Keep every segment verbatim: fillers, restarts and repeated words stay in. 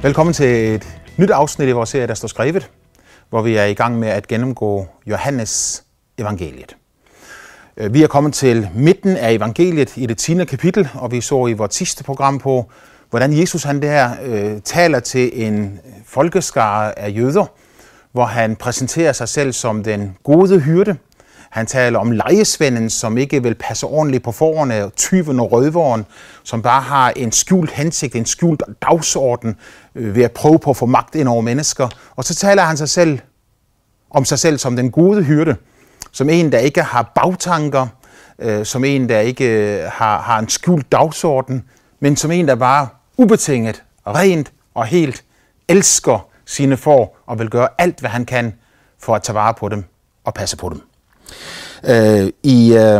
Velkommen til et nyt afsnit i vores serie, der står skrevet, hvor vi er i gang med at gennemgå Johannes evangeliet. Vi er kommet til midten af evangeliet i det tiende kapitel, og vi så i vores sidste program på, hvordan Jesus han der øh, taler til en folkeskare af jøder, hvor han præsenterer sig selv som den gode hyrde. Han taler om lejesvenden, som ikke vil passe ordentligt på fårene, og tyven og røveren, som bare har en skjult hensigt, en skjult dagsorden øh, ved at prøve på at få magt ind over mennesker. Og så taler han sig selv om sig selv som den gode hyrde, som en, der ikke har bagtanker, øh, som en, der ikke øh, har, har en skjult dagsorden, men som en, der bare ubetinget, rent og helt elsker sine får og vil gøre alt, hvad han kan for at tage vare på dem og passe på dem. Øh, i, øh,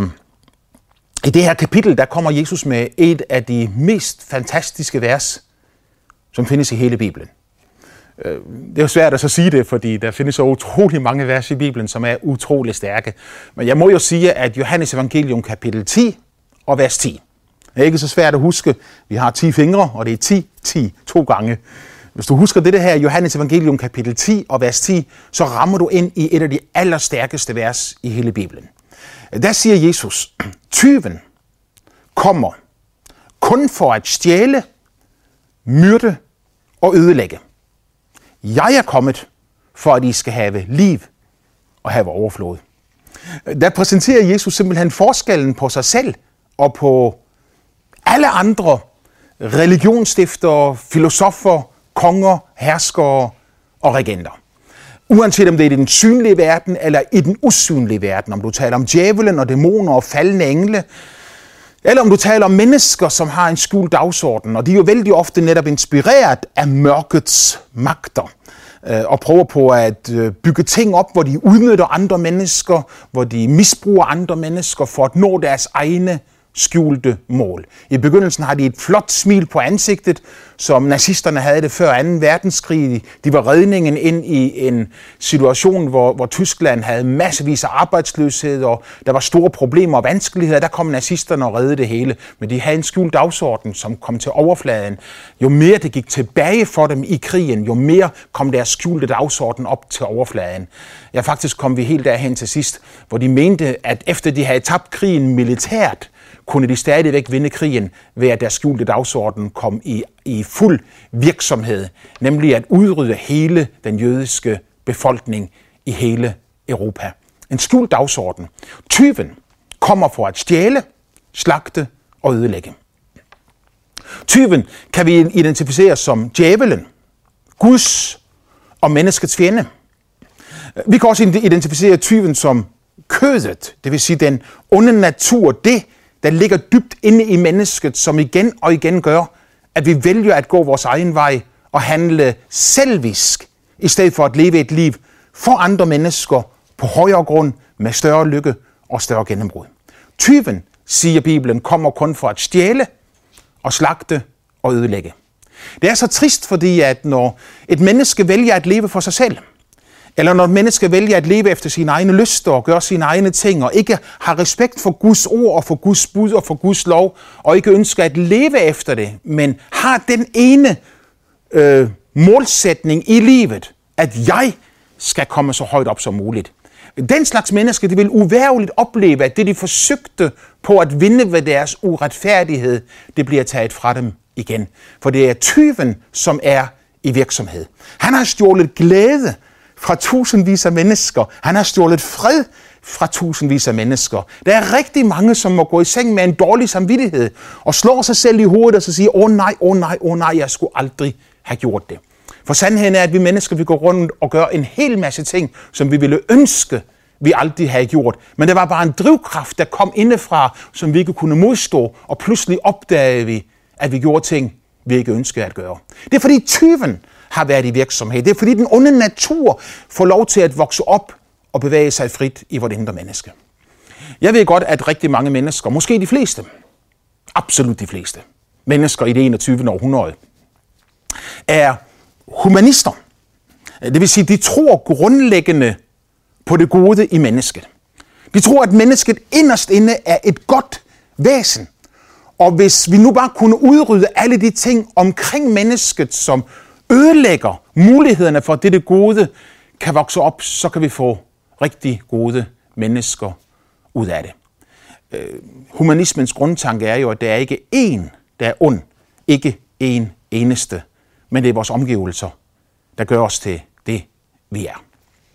I det her kapitel, der kommer Jesus med et af de mest fantastiske vers, som findes i hele Bibelen. Øh, det er jo svært at så sige det, fordi der findes så utrolig mange vers i Bibelen, som er utrolig stærke. Men jeg må jo sige, at Johannes evangelium kapitel ti og vers ti, det er ikke så svært at huske. Vi har ti fingre, og det er ti, ti, to gange. Hvis du husker det her Johannes evangelium kapitel ti og vers ti, så rammer du ind i et af de allerstærkeste vers i hele Bibelen. Der siger Jesus, tyven kommer kun for at stjæle, myrde og ødelægge. Jeg er kommet for, at I skal have liv og have overflod. Der præsenterer Jesus simpelthen forskellen på sig selv og på alle andre religionsstiftere, filosofer, konger, herskere og regenter. Uanset om det er i den synlige verden eller i den usynlige verden, om du taler om djævelen og dæmoner og faldende engle, eller om du taler om mennesker, som har en skjult dagsorden, og de er jo vældig ofte netop inspireret af mørkets magter, og prøver på at bygge ting op, hvor de udnytter andre mennesker, hvor de misbruger andre mennesker for at nå deres egne skjulte mål. I begyndelsen har de et flot smil på ansigtet, som nazisterne havde det før anden verdenskrig. De var redningen ind i en situation, hvor, hvor Tyskland havde massevis af arbejdsløshed, og der var store problemer og vanskeligheder. Der kom nazisterne og reddede det hele, men de havde en skjult dagsorden, som kom til overfladen. Jo mere det gik tilbage for dem i krigen, jo mere kom deres skjulte dagsorden op til overfladen. Ja, faktisk kom vi helt derhen til sidst, hvor de mente, at efter de havde tabt krigen militært, kunne de stadigvæk vinde krigen ved, at deres skjulte dagsorden kom i, i fuld virksomhed, nemlig at udrydde hele den jødiske befolkning i hele Europa. En skjult dagsorden. Tyven kommer for at stjæle, slagte og ødelægge. Tyven kan vi identificere som djævelen, Guds og menneskets fjende. Vi kan også identificere tyven som kødet, det vil sige den onde natur, det der ligger dybt inde i mennesket, som igen og igen gør, at vi vælger at gå vores egen vej og handle selvisk, i stedet for at leve et liv for andre mennesker på højere grund med større lykke og større gennembrud. Tyven, siger Bibelen, kommer kun for at stjæle og slagte og ødelægge. Det er så trist, fordi at når et menneske vælger at leve for sig selv, eller når et menneske vælger at leve efter sine egne lyster og gøre sine egne ting, og ikke har respekt for Guds ord og for Guds bud og for Guds lov, og ikke ønsker at leve efter det, men har den ene øh, målsætning i livet, at jeg skal komme så højt op som muligt. Den slags mennesker, de vil uværligt opleve, at det de forsøgte på at vinde ved deres uretfærdighed, det bliver taget fra dem igen. For det er tyven, som er i virksomhed. Han har stjålet glæde fra tusindvis af mennesker. Han har stjålet fred fra tusindvis af mennesker. Der er rigtig mange, som må gå i seng med en dårlig samvittighed og slår sig selv i hovedet og så siger, åh nej, åh nej, åh nej, jeg skulle aldrig have gjort det. For sandheden er, at vi mennesker, vi går rundt og gør en hel masse ting, som vi ville ønske, vi aldrig havde gjort. Men det var bare en drivkraft, der kom indefra, som vi ikke kunne modstå, og pludselig opdagede vi, at vi gjorde ting, vi ikke ønskede at gøre. Det er fordi tyven har været i virksomhed. Det er fordi den onde natur får lov til at vokse op og bevæge sig frit i vores indre menneske. Jeg ved godt, at rigtig mange mennesker, måske de fleste, absolut de fleste, mennesker i det enogtyvende århundrede, er humanister. Det vil sige, de tror grundlæggende på det gode i mennesket. De tror, at mennesket inderst inde er et godt væsen. Og hvis vi nu bare kunne udrydde alle de ting omkring mennesket, som ødelægger mulighederne for, at dette gode kan vokse op, så kan vi få rigtig gode mennesker ud af det. Øh, humanismens grundtanke er jo, at der er ikke én, der er ond, ikke én eneste, men det er vores omgivelser, der gør os til det, vi er.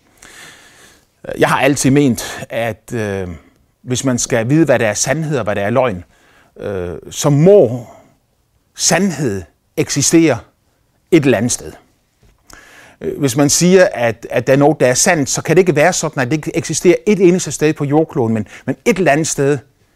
Jeg har altid ment, at øh, hvis man skal vide, hvad der er sandhed og hvad der er løgn, øh, så må sandhed eksistere et eller andet sted. Hvis man siger, at, at der er noget, der er sandt, så kan det ikke være sådan, at det ikke eksisterer et eneste sted på jordkloden, men, men et eller andet sted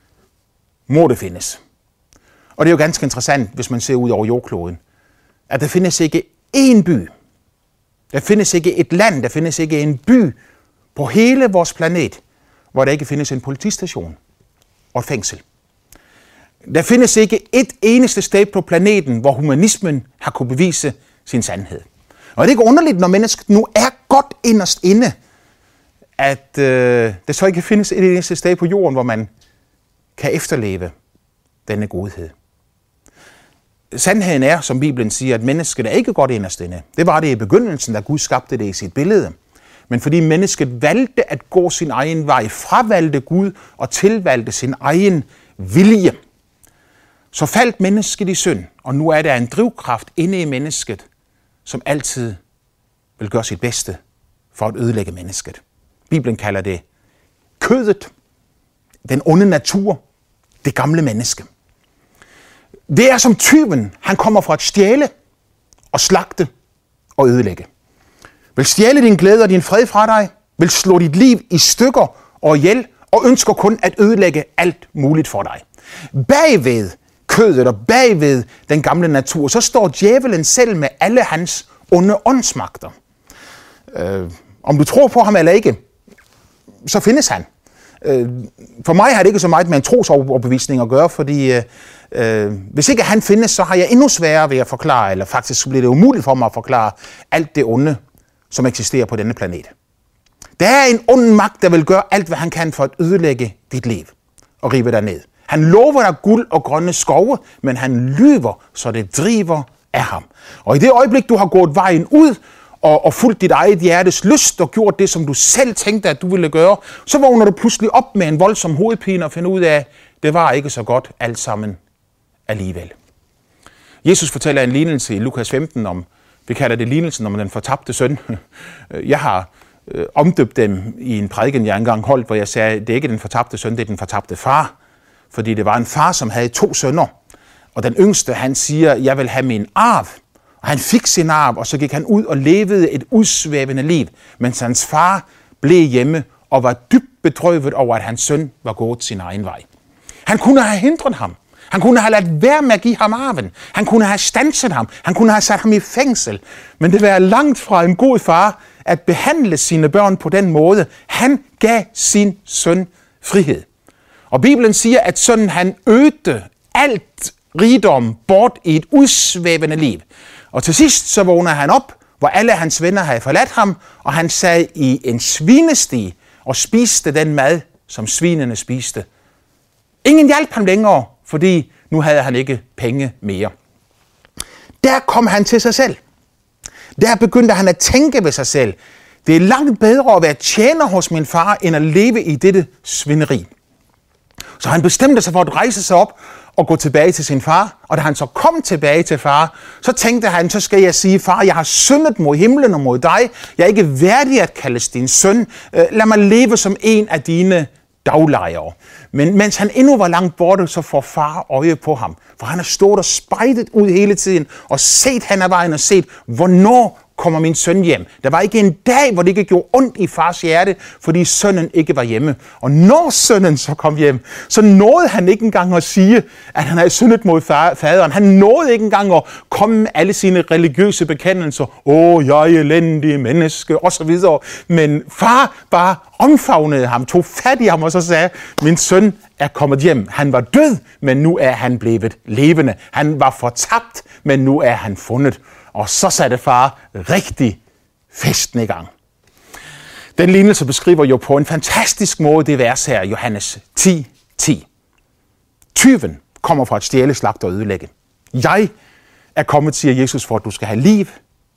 må det findes. Og det er jo ganske interessant, hvis man ser ud over jordkloden, at der findes ikke én by, der findes ikke et land, der findes ikke en by på hele vores planet, hvor der ikke findes en politistation og et fængsel. Der findes ikke et eneste sted på planeten, hvor humanismen har kunne bevise sin sandhed. Og det er ikke underligt, når mennesket nu er godt inderst inde, at øh, der så ikke findes et eneste sted på jorden, hvor man kan efterleve denne godhed. Sandheden er, som Bibelen siger, at mennesket er ikke godt inderst inde. Det var det i begyndelsen, da Gud skabte det i sit billede. Men fordi mennesket valgte at gå sin egen vej, fravalgte Gud og tilvalgte sin egen vilje, så faldt mennesket i synd, og nu er der en drivkraft inde i mennesket, som altid vil gøre sit bedste for at ødelægge mennesket. Bibelen kalder det kødet, den onde natur, det gamle menneske. Det er som tyven, han kommer fra at stjæle og slagte og ødelægge. Vil stjæle din glæde og din fred fra dig, vil slå dit liv i stykker og ihjel, og ønsker kun at ødelægge alt muligt for dig. Bagved kødet og bagved den gamle natur, så står djævelen selv med alle hans onde åndsmagter. Øh, om du tror på ham eller ikke, så findes han. Øh, for mig har det ikke så meget med en trosoverbevisning at gøre, fordi øh, hvis ikke han findes, så har jeg endnu sværere ved at forklare, eller faktisk bliver det umuligt for mig at forklare alt det onde, som eksisterer på denne planet. Der er en ond magt, der vil gøre alt, hvad han kan for at ødelægge dit liv og rive dig ned. Han lover dig guld og grønne skove, men han lyver, så det driver af ham. Og i det øjeblik, du har gået vejen ud og, og fulgt dit eget hjertes lyst og gjort det, som du selv tænkte, at du ville gøre, så vågner du pludselig op med en voldsom hovedpine og finder ud af, at det var ikke så godt alt sammen alligevel. Jesus fortæller en lignelse i Lukas femten om, vi kalder det lignelsen om den fortabte søn. Jeg har øh, omdøbt dem i en prædiken, jeg engang holdt, hvor jeg sagde, det er ikke den fortabte søn, det er den fortabte far. Fordi det var en far, som havde to sønner. Og den yngste, han siger, jeg vil have min arv. Og han fik sin arv, og så gik han ud og levede et udsvævende liv, mens hans far blev hjemme og var dybt bedrøvet over, at hans søn var gået sin egen vej. Han kunne have hindret ham. Han kunne have ladt være med at give ham arven. Han kunne have standset ham. Han kunne have sat ham i fængsel. Men det var langt fra en god far at behandle sine børn på den måde. Han gav sin søn frihed. Og Bibelen siger, at sønnen han øgte alt rigdom bort i et udsvævende liv. Og til sidst så vågner han op, hvor alle hans venner havde forladt ham, og han sad i en svinestige og spiste den mad, som svinene spiste. Ingen hjalp ham længere, fordi nu havde han ikke penge mere. Der kom han til sig selv. Der begyndte han at tænke ved sig selv. Det er langt bedre at være tjener hos min far, end at leve i dette svineri. Så han bestemte sig for at rejse sig op og gå tilbage til sin far. Og da han så kom tilbage til far, så tænkte han, så skal jeg sige, far, jeg har syndet mod himlen og mod dig. Jeg er ikke værdig at kaldes din søn. Lad mig leve som en af dine daglejere. Men mens han endnu var langt borte, så får far øje på ham. For han har stået og spejdet ud hele tiden og set hen ad vejen og set, hvornår kommer min søn hjem. Der var ikke en dag, hvor det ikke gjorde ondt i fars hjerte, fordi sønnen ikke var hjemme. Og når sønnen så kom hjem, så nåede han ikke engang at sige, at han havde syndet mod faderen. Han nåede ikke engang at komme med alle sine religiøse bekendelser. Åh, jeg er elendig menneske, og så videre. Men far bare omfavnede ham, tog fat i ham og så sagde, min søn er kommet hjem. Han var død, men nu er han blevet levende. Han var fortabt, men nu er han fundet. Og så satte far rigtig festen i gang. Den lignelse beskriver jo på en fantastisk måde det vers her, Johannes ti ti. Tyven kommer fra at stjæle, slagte og ødelægge. Jeg er kommet, siger Jesus, for at du skal have liv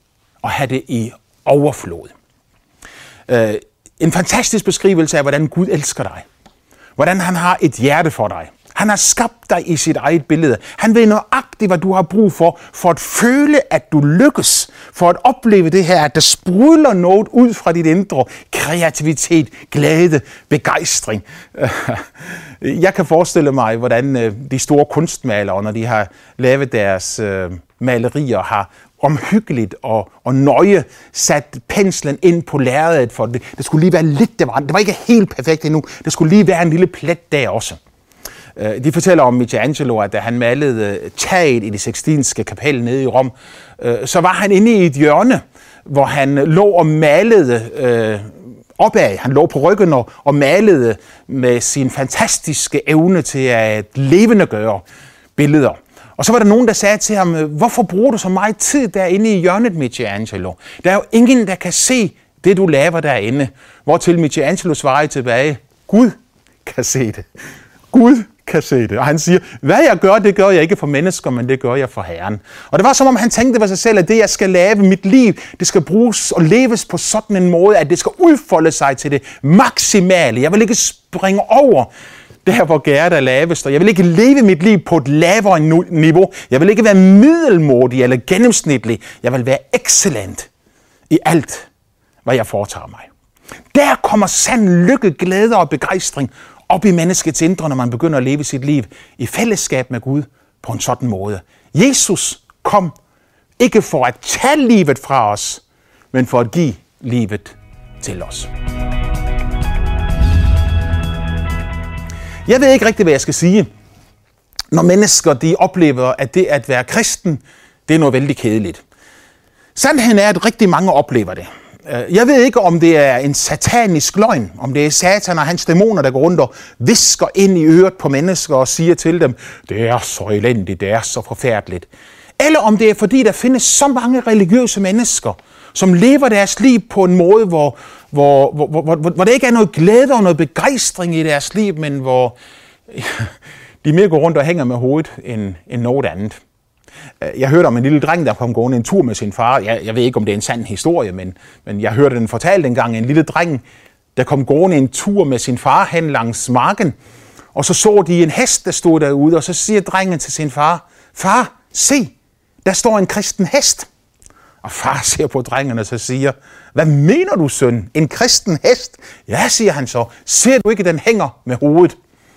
og have det i overflod. Øh, en fantastisk beskrivelse af, hvordan Gud elsker dig. Hvordan han har et hjerte for dig. Han har skabt dig i sit eget billede. Han ved nøjagtigt, hvad du har brug for, for at føle, at du lykkes. For at opleve det her, at der sprudler noget ud fra dit indre. Kreativitet, glæde, begejstring. Jeg kan forestille mig, hvordan de store kunstmalere, når de har lavet deres malerier, har omhyggeligt og, og nøje sat penslen ind på lærredet, for det, det skulle lige være lidt, det var, det var ikke helt perfekt endnu, der skulle lige være en lille plet der også. De fortæller om Michelangelo, at da han malede taget i det Sixtinske kapel nede i Rom, så var han inde i et hjørne, hvor han lå og malede øh, opad. Han lå på ryggen og, og malede med sin fantastiske evne til at levendegøre billeder. Og så var der nogen, der sagde til ham, hvorfor bruger du så meget tid derinde i hjørnet, Michelangelo? Der er jo ingen, der kan se det, du laver derinde. Hvortil Michelangelo svarede tilbage, Gud kan se det. Gud kan se det. Og han siger, hvad jeg gør, det gør jeg ikke for mennesker, men det gør jeg for Herren. Og det var som om han tænkte ved sig selv, at det jeg skal lave, mit liv, det skal bruges og leves på sådan en måde, at det skal udfolde sig til det maksimale. Jeg vil ikke springe over der, hvor gæret er lavest, og jeg vil ikke leve mit liv på et lavere niveau. Jeg vil ikke være middelmådig eller gennemsnitlig. Jeg vil være excellent i alt, hvad jeg foretager mig. Der kommer sand lykke, glæde og begejstring op i menneskets indre, når man begynder at leve sit liv i fællesskab med Gud på en sådan måde. Jesus kom ikke for at tage livet fra os, men for at give livet til os. Jeg ved ikke rigtig, hvad jeg skal sige, når mennesker de oplever, at det at være kristen, det er noget vældig kedeligt. Sandheden er, at rigtig mange oplever det. Jeg ved ikke, om det er en satanisk løgn, om det er Satan og hans dæmoner, der går rundt og visker ind i øret på mennesker og siger til dem, det er så elendigt, det er så forfærdeligt. Eller om det er, fordi der findes så mange religiøse mennesker, som lever deres liv på en måde, hvor, hvor, hvor, hvor, hvor, hvor der ikke er noget glæde og noget begejstring i deres liv, men hvor de mere går rundt og hænger med hovedet end, end noget andet. Jeg hørte om en lille dreng, der kom gående en tur med sin far. Jeg, jeg ved ikke, om det er en sand historie, men, men jeg hørte den fortalt engang. En lille dreng, der kom gående en tur med sin far hen langs marken. Og så så de en hest, der stod derude, og så siger drengen til sin far, far, se, der står en kristen hest. Og far ser på drengen og så siger, hvad mener du, søn? En kristen hest? Ja, siger han så. Ser du ikke, den hænger med hovedet?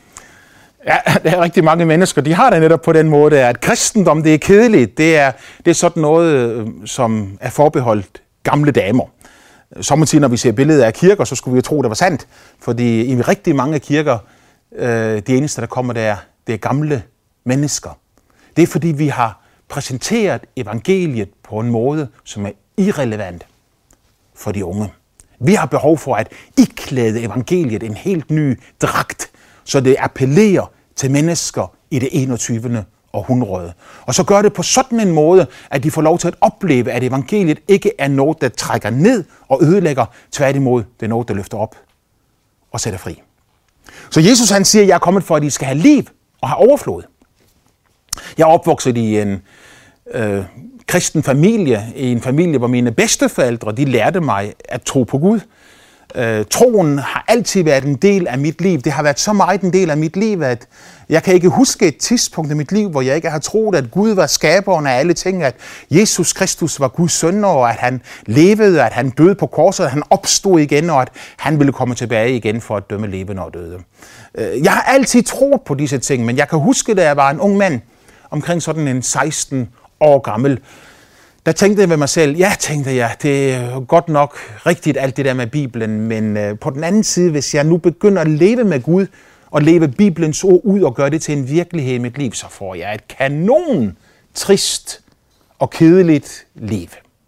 Ja, der er rigtig mange mennesker, de har det netop på den måde, at kristendom, det er kedeligt. Det er, det er sådan noget, som er forbeholdt gamle damer. Sommetider, når vi ser billeder af kirker, så skulle vi jo tro, det var sandt. Fordi i rigtig mange kirker, øh, de eneste, der kommer der, det er gamle mennesker. Det er fordi, vi har præsenteret evangeliet på en måde, som er irrelevant for de unge. Vi har behov for at iklæde evangeliet en helt ny dragt, så det appellerer til mennesker i det enogtyvende århundrede. Og så gør det på sådan en måde, at de får lov til at opleve, at evangeliet ikke er noget, der trækker ned og ødelægger. Tværtimod, det er noget, der løfter op og sætter fri. Så Jesus han siger, at jeg er kommet for, at I skal have liv og have overflod. Jeg er opvokset i en øh, kristen familie, i en familie, hvor mine bedsteforældre, de lærte mig at tro på Gud. Øh, troen har altid været en del af mit liv. Det har været så meget en del af mit liv, at jeg kan ikke huske et tidspunkt i mit liv, hvor jeg ikke har troet, at Gud var skaberen af alle ting, at Jesus Kristus var Guds søn, og at han levede, at han døde på korset, at han opstod igen, og at han ville komme tilbage igen for at dømme levende og døde. Øh, jeg har altid troet på disse ting, men jeg kan huske, da jeg var en ung mand, omkring sådan en seksten år gammel, der tænkte jeg ved mig selv, ja, tænkte jeg, det er godt nok rigtigt alt det der med Bibelen, men øh, på den anden side, hvis jeg nu begynder at leve med Gud, og leve Bibelens ord ud og gøre det til en virkelighed i mit liv, så får jeg et kanon, trist og kedeligt liv.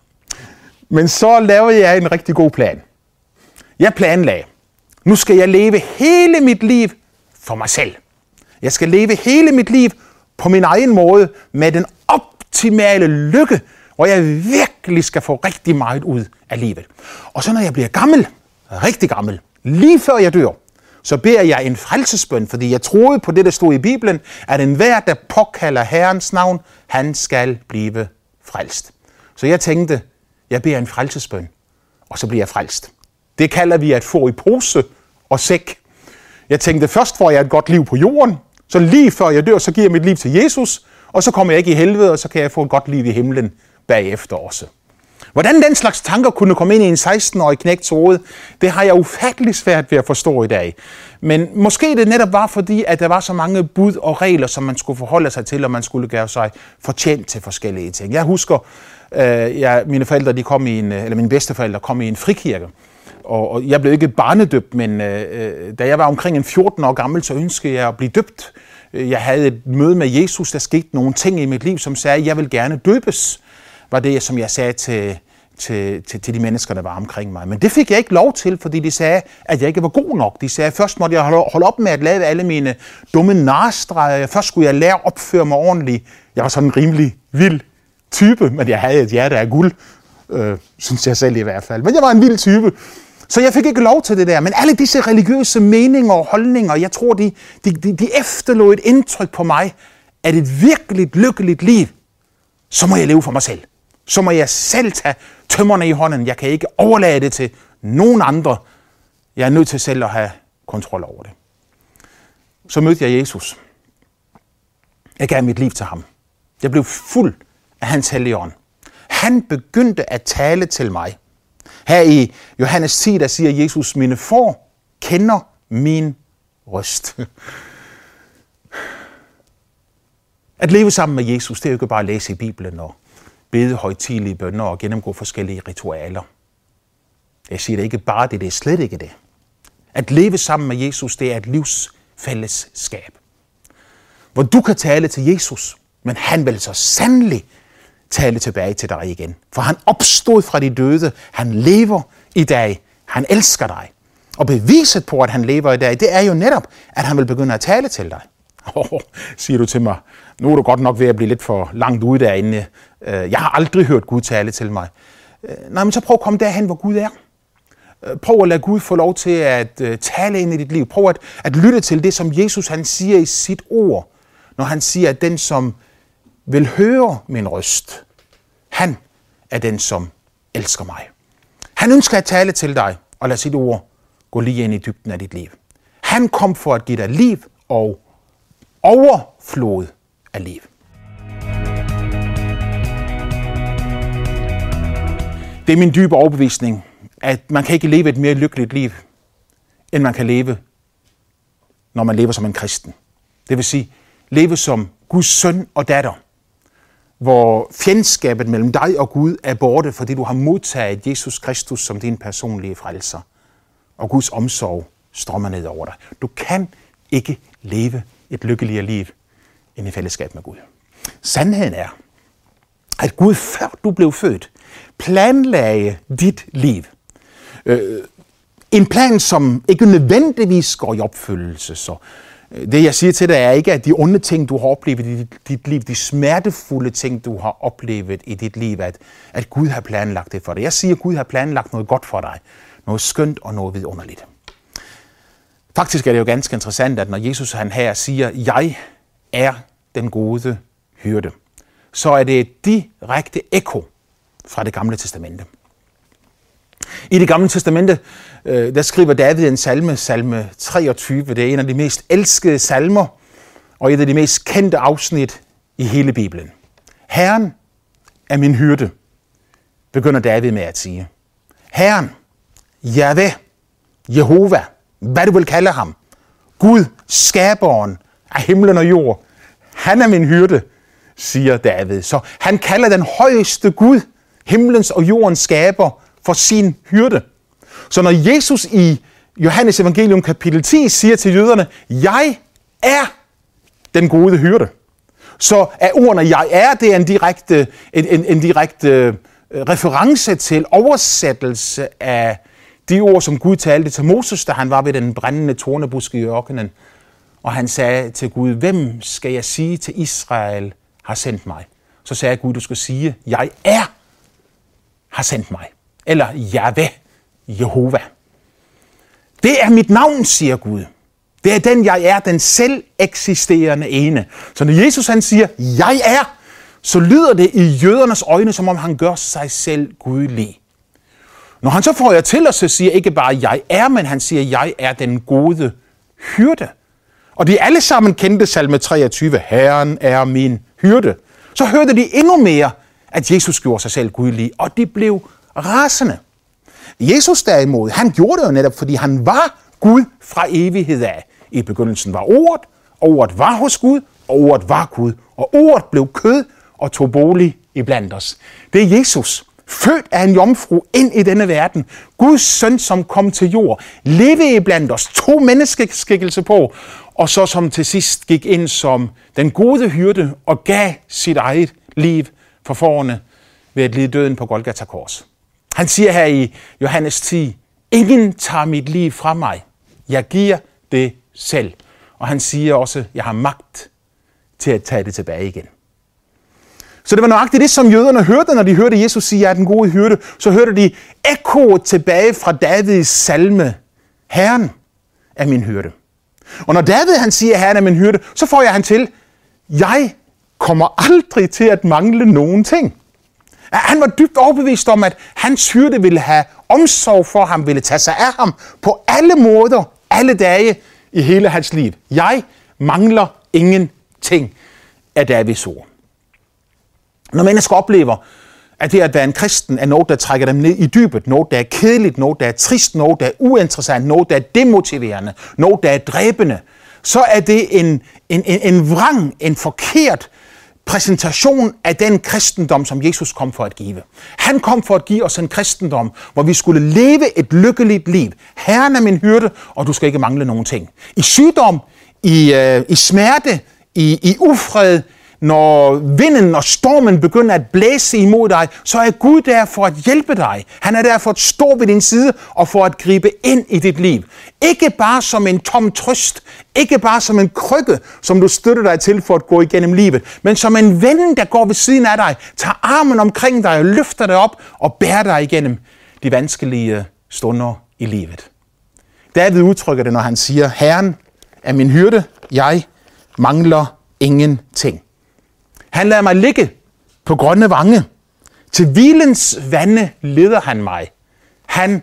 Men så lavede jeg en rigtig god plan. Jeg planlagde, nu skal jeg leve hele mit liv for mig selv. Jeg skal leve hele mit liv på min egen måde, med den optimale lykke, hvor jeg virkelig skal få rigtig meget ud af livet. Og så når jeg bliver gammel, rigtig gammel, lige før jeg dør, så beder jeg en frelsesbøn, fordi jeg troede på det, der stod i Bibelen, at enhver, der påkalder Herrens navn, han skal blive frelst. Så jeg tænkte, Jeg beder en frelsesbøn, og så bliver jeg frelst. Det kalder vi at få i pose og sæk. Jeg tænkte, først får jeg et godt liv på jorden, så lige før jeg dør, så giver jeg mit liv til Jesus, og så kommer jeg ikke i helvede, og så kan jeg få et godt liv i himlen bagefter også. Hvordan den slags tanker kunne komme ind i en seksten-årig knægts hoved, det har jeg ufattelig svært ved at forstå i dag. Men måske det netop var fordi, at der var så mange bud og regler, som man skulle forholde sig til, og man skulle gøre sig fortjent til forskellige ting. Jeg husker, øh, jeg, mine forældre, de kom i en, eller mine bedsteforældre kom i en frikirke. Og, og jeg blev ikke barnedøbt, men øh, da jeg var omkring en fjorten år gammel, så ønskede jeg at blive døbt. Jeg havde et møde med Jesus, der skete nogle ting i mit liv, som sagde, at jeg vil gerne døbes. Var det, som jeg sagde til, til, til, til de mennesker, der var omkring mig. Men det fik jeg ikke lov til, fordi de sagde, at jeg ikke var god nok. De sagde, at først måtte jeg holde op med at lave alle mine dumme narstreger. Først skulle jeg lære at opføre mig ordentligt. Jeg var sådan en rimelig vild type, men jeg havde et hjerte af guld, øh, synes jeg selv i hvert fald. Men jeg var en vild type. Så jeg fik ikke lov til det der. Men alle disse religiøse meninger og holdninger, jeg tror, de, de, de efterlod et indtryk på mig, at et virkeligt lykkeligt liv, så må jeg leve for mig selv. Så må jeg selv tage tømmerne i hånden. Jeg kan ikke overlade det til nogen andre. Jeg er nødt til selv at have kontrol over det. Så mødte jeg Jesus. Jeg gav mit liv til ham. Jeg blev fuld af hans hellige ånd. Han begyndte at tale til mig. Her i Johannes ti, der siger Jesus, mine får kender min røst. At leve sammen med Jesus, det er jo ikke bare at læse i Bibelen og bede højtidelige bønner og gennemgå forskellige ritualer. Jeg siger det ikke bare det, det er slet ikke det. At leve sammen med Jesus, det er et livsfællesskab. Hvor du kan tale til Jesus, men han vil så sandelig tale tilbage til dig igen. For han opstod fra de døde. Han lever i dag. Han elsker dig. Og beviset på, at han lever i dag, det er jo netop, at han vil begynde at tale til dig. Oh, siger du til mig, nu er du godt nok ved at blive lidt for langt ude derinde. Jeg har aldrig hørt Gud tale til mig. Nej, men så prøv at komme derhen, hvor Gud er. Prøv at lade Gud få lov til at tale ind i dit liv. Prøv at, at lytte til det, som Jesus han siger i sit ord. Når han siger, at den, som vil høre min røst, han er den, som elsker mig. Han ønsker at tale til dig, og lad sit ord gå lige ind i dybden af dit liv. Han kom for at give dig liv og overflod af liv. Det er min dybe overbevisning, at man kan ikke leve et mere lykkeligt liv, end man kan leve, når man lever som en kristen. Det vil sige, leve som Guds søn og datter, hvor fjendskabet mellem dig og Gud er borte, fordi du har modtaget Jesus Kristus som din personlige frelser, og Guds omsorg strømmer ned over dig. Du kan ikke leve et lykkeligere liv end i fællesskab med Gud. Sandheden er, at Gud, før du blev født, planlagde dit liv. Øh, en plan, som ikke nødvendigvis går i opfyldelse. Så det, jeg siger til dig, er ikke, at de onde ting, du har oplevet i dit, dit liv, de smertefulde ting, du har oplevet i dit liv, at, at Gud har planlagt det for dig. Jeg siger, at Gud har planlagt noget godt for dig. Noget skønt og noget vidunderligt. Faktisk er det jo ganske interessant, at når Jesus han her siger, jeg er den gode hyrde, så er det et direkte ekko fra det gamle testamente. I det gamle testamente, der skriver David en salme, salme treogtyve. Det er en af de mest elskede salmer, og et af de mest kendte afsnit i hele Bibelen. Herren er min hyrde, begynder David med at sige. Herren, Jahve, Jehova, hvad du vil kalde ham, Gud, skaberen af himlen og jord. Han er min hyrde, siger David. Så han kalder den højeste Gud, himlens og jordens skaber, for sin hyrde. Så når Jesus i Johannes evangelium kapitel ti siger til jøderne, jeg er den gode hyrde, så er ordene jeg er, det er en direkte, en, en, en direkte reference til oversættelse af de ord, som Gud talte til Moses, da han var ved den brændende tornebusk i ørkenen. Og han sagde til Gud, hvem skal jeg sige til Israel har sendt mig? Så sagde Gud, du skal sige, jeg er har sendt mig. Eller Jahve, Jehova. Det er mit navn, siger Gud. Det er den, jeg er, den selv eksisterende ene. Så når Jesus han siger, jeg er, så lyder det i jødernes øjne, som om han gør sig selv gudlig. Når han så får jeg til os, så siger ikke bare, jeg er, men han siger, jeg er den gode hyrde. Og de alle sammen kendte salme treogtyve, Herren er min hyrde. Så hørte de endnu mere, at Jesus gjorde sig selv gudlig, og de blev rasende. Jesus derimod, han gjorde det jo netop, fordi han var Gud fra evighed af. I begyndelsen var ordet, og ordet var hos Gud, og ordet var Gud. Og ordet blev kød og tog bolig iblandt os. Det er Jesus, født af en jomfru ind i denne verden. Guds søn, som kom til jord, levede iblandt os, tog menneskeskikkelse på, og så som til sidst gik ind som den gode hyrde og gav sit eget liv for fårene ved at lide døden på Golgata kors. Han siger her i Johannes ti, ingen tager mit liv fra mig. Jeg giver det selv. Og han siger også, jeg har magt til at tage det tilbage igen. Så det var nøjagtigt det, som jøderne hørte, når de hørte Jesus sige, jeg er den gode hyrde. Så hørte de ekkoet tilbage fra Davids salme. Herren er min hyrde. Og når David han siger, Herren er min hyrde, så får jeg han til, jeg kommer aldrig til at mangle nogen ting. Han var dybt overbevist om, at hans hyrde ville have omsorg for ham, ville tage sig af ham på alle måder, alle dage i hele hans liv. Jeg mangler ingenting af Davids ord. Når mennesker oplever, at det at være en kristen er noget, der trækker dem ned i dybet, noget, der er kedeligt, noget, der er trist, noget, der er uinteressant, noget, der er demotiverende, noget, der er dræbende, så er det en, en, en, en vrang, en forkert præsentation af den kristendom, som Jesus kom for at give. Han kom for at give os en kristendom, hvor vi skulle leve et lykkeligt liv. Herren er min hyrde, og du skal ikke mangle nogen ting. I sygdom, i, øh, i smerte, i, i ufred, når vinden og stormen begynder at blæse imod dig, så er Gud der for at hjælpe dig. Han er der for at stå ved din side og for at gribe ind i dit liv. Ikke bare som en tom trøst, ikke bare som en krykke, som du støtter dig til for at gå igennem livet, men som en ven, der går ved siden af dig, tager armen omkring dig og løfter dig op og bærer dig igennem de vanskelige stunder i livet. David udtrykker det, når han siger, Herren er min hyrde, jeg mangler ingenting. Han lader mig ligge på grønne vange. Til hvilens vande leder han mig. Han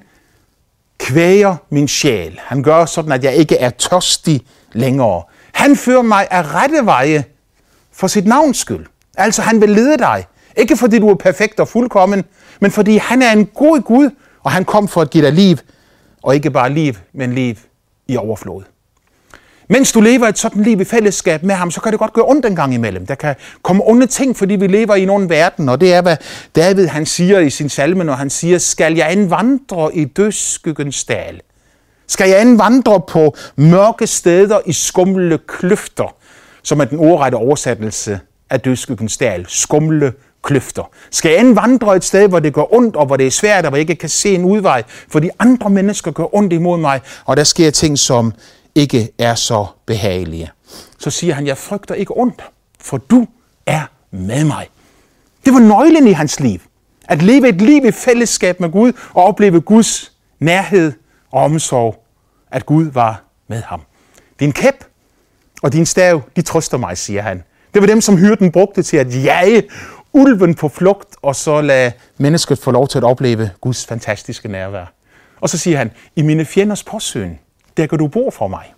kvæger min sjæl. Han gør sådan, at jeg ikke er tørstig længere. Han fører mig af rette veje for sit navns skyld. Altså, han vil lede dig. Ikke fordi du er perfekt og fuldkommen, men fordi han er en god Gud, og han kom for at give dig liv. Og ikke bare liv, men liv i overflod. Mens du lever et sådan liv i fællesskab med ham, så kan det godt gøre ondt en gang imellem. Der kan komme onde ting, fordi vi lever i nogen verden, og det er, hvad David han siger i sin salme, når han siger, skal jeg end vandre i dødsskyggens dal? Skal jeg end vandre på mørke steder i skumle kløfter, som er den ordrette oversættelse af dødsskyggens dal, skumle kløfter? Skal jeg end vandre et sted, hvor det gør ondt, og hvor det er svært, og hvor jeg ikke kan se en udvej, fordi andre mennesker gør ondt imod mig, og der sker ting, som ikke er så behagelige. Så siger han, jeg frygter ikke ondt, for du er med mig. Det var nøglen i hans liv. At leve et liv i fællesskab med Gud, og opleve Guds nærhed og omsorg, at Gud var med ham. Din kæp og din stav, de trøster mig, siger han. Det var dem, som hyrden brugte til at jage ulven på flugt, og så lade mennesket få lov til at opleve Guds fantastiske nærvær. Og så siger han, i mine fjenders påsyn, der kan du bo for mig.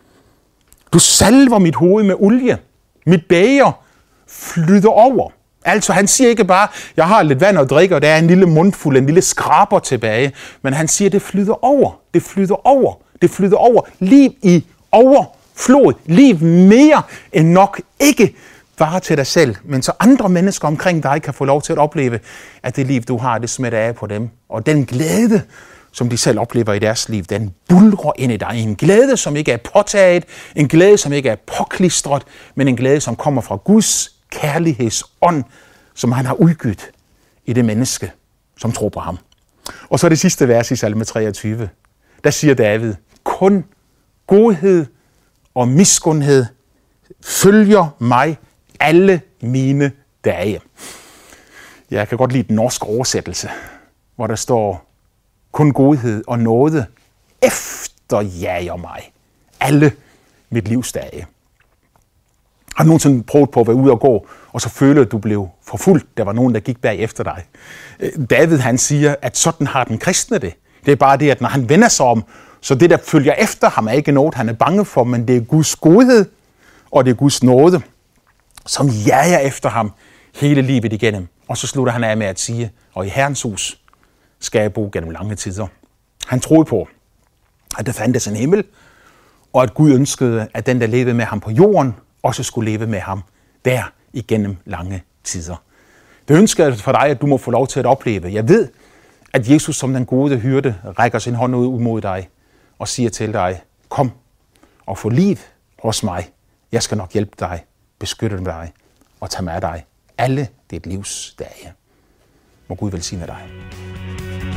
Du salver mit hoved med olie. Mit bæger flyder over. Altså han siger ikke bare, jeg har lidt vand at drikke, og der er en lille mundfuld, en lille skraber tilbage. Men han siger, det flyder over. Det flyder over. Det flyder over. Liv i overflod. Liv mere end nok. Ikke bare til dig selv, men så andre mennesker omkring dig kan få lov til at opleve, at det liv, du har, det smitter af på dem. Og den glæde, som de selv oplever i deres liv, den bulrer ind i dig. En glæde, som ikke er påtaget, en glæde, som ikke er påklistret, men en glæde, som kommer fra Guds kærlighedsånd, som han har udgivet i det menneske, som tror på ham. Og så det sidste vers i salme treogtyve. Der siger David, kun godhed og miskundhed følger mig alle mine dage. Jeg kan godt lide den norske oversættelse, hvor der står, kun godhed og nåde efterjager mig alle mit livs dage. Har du nogensinde prøvet på at være ude og gå, og så føler at du blev forfulgt? Der var nogen, der gik bag efter dig. David, han siger, at sådan har den kristne det. Det er bare det, at når han vender sig om, så det, der følger efter ham, er ikke noget, han er bange for, men det er Guds godhed, og det er Guds nåde, som jager efter ham hele livet igennem. Og så slutter han af med at sige, og i Herrens hus skal jeg bo gennem lange tider. Han troede på, at der fandtes en himmel, og at Gud ønskede, at den, der levede med ham på jorden, også skulle leve med ham der igennem lange tider. Det ønsker jeg for dig, at du må få lov til at opleve. Jeg ved, at Jesus som den gode hyrde rækker sin hånd ud mod dig og siger til dig, kom og få liv hos mig. Jeg skal nok hjælpe dig, beskytte dig og tage med dig alle dit livs dage. Må Gud velsigne dig.